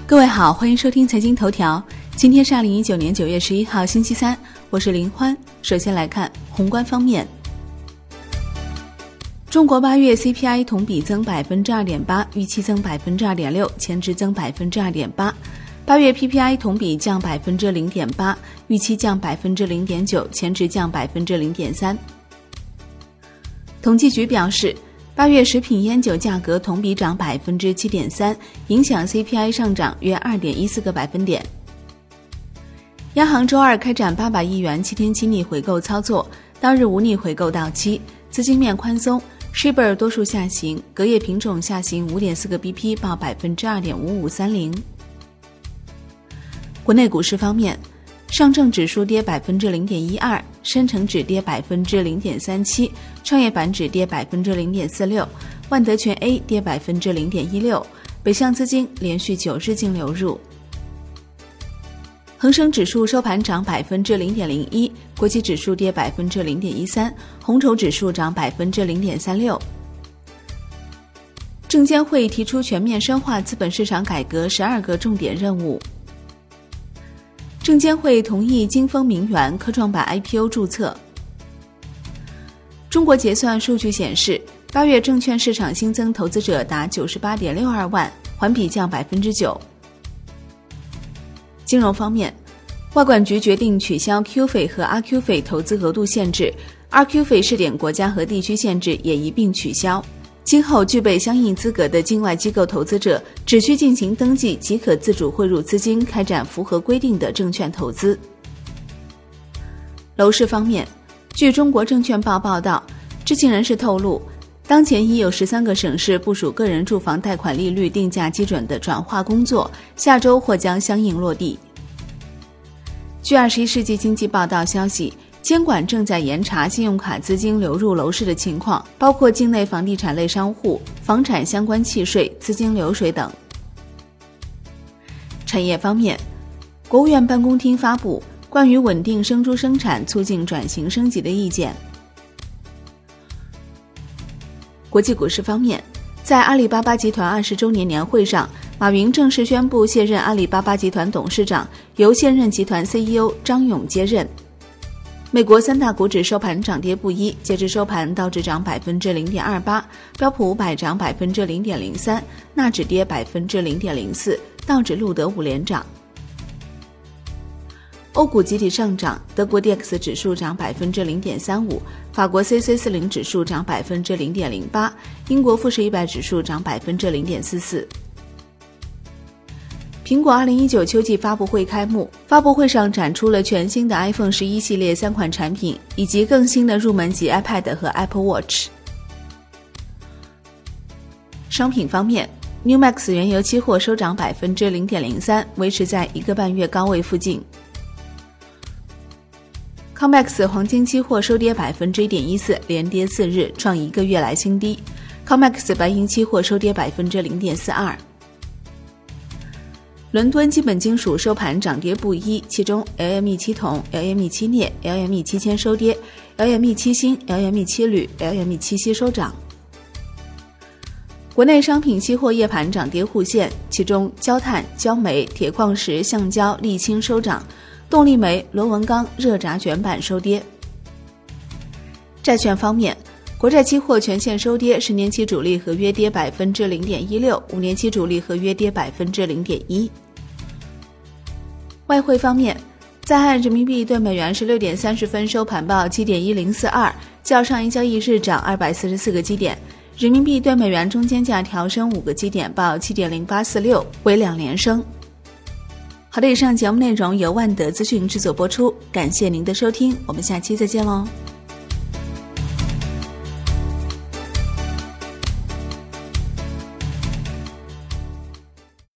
各位好，欢迎收听财经头条。今天是2019年9月11号星期三，我是林欢。首先来看宏观方面。中国8月 CPI 同比增 2.8%， 预期增 2.6%， 前值增 2.8%。8月 PPI 同比降 0.8%， 预期降 0.9%， 前值降 0.3%。统计局表示，8月食品烟酒价格同比涨 7.3%， 影响 CPI 上涨约 2.14个百分点。央行周二开展800亿元7天期逆回购操作，当日无逆回购到期，资金面宽松，Shibor 多数下行，隔夜品种下行 5.4个 BP 报 2.5530。国内股市方面，上证指数跌 0.12%， 深成指跌 0.37%， 创业板指跌 0.46%， 万德全 A 跌 0.16%， 北向资金连续9日净流入。恒生指数收盘涨 0.01%， 国际指数跌 0.13%， 红筹指数涨 0.36%。证监会提出全面深化资本市场改革12个重点任务。证监会同意金风明源科创板 IPO 注册。中国结算数据显示，8月证券市场新增投资者达 98.62 万，环比降 9%。金融方面，外管局决定取消 QF 和 RQF 投资额度限制， RQF 试点国家和地区限制也一并取消。今后具备相应资格的境外机构投资者只需进行登记即可自主汇入资金，开展符合规定的证券投资。楼市方面，据中国证券报报道，知情人士透露，当前已有13个省市部署个人住房贷款利率定价基准的转化工作，下周或将相应落地。据21世纪经济报道消息，监管正在严查信用卡资金流入楼市的情况，包括境内房地产类商户、房产相关契税、资金流水等。产业方面，国务院办公厅发布关于稳定生猪生产、促进转型升级的意见。国际股市方面，在阿里巴巴集团20周年年会上，马云正式宣布卸任阿里巴巴集团董事长，由现任集团 CEO 张勇接任。美国3大股指收盘涨跌不一，截至收盘，道指涨 0.28%， 标普500涨 0.03%， 纳指跌 0.04%， 道指录得5连涨。欧股集体上涨，德国 DAX 指数涨 0.35%， 法国 CAC40 指数涨 0.08%， 英国富时100指数涨 0.44%。苹果2019秋季发布会开幕，发布会上展出了全新的 iPhone 11系列3款产品，以及更新的入门级 iPad 和 Apple Watch。商品方面， Newmax 原油期货收涨 0.03%， 维持在1个半月高位附近。COMEX 黄金期货收跌 1.14%， 连跌4日，创1个月来新低。COMEX 白银期货收跌 0.42%。伦敦基本金属收盘涨跌不一，其中 LME 期铜、LME 期镍、LME 期铅收跌， LME 期锌、LME 期铝、LME 期锡收涨。国内商品期货夜盘涨跌互现，其中焦炭、焦煤、铁矿石、橡胶、沥青收涨，动力煤、螺纹钢、热轧卷板收跌。债券方面，国债期货全线收跌，10年期主力合约跌 0.16%， 5年期主力合约跌 0.1%。外汇方面，在岸人民币对美元16点30分收盘报 7.1042， 较上一交易日涨244个基点，人民币对美元中间价调升5个基点，报 7.0846， 为2连升。好的，以上节目内容由万德资讯制作播出，感谢您的收听，我们下期再见喽。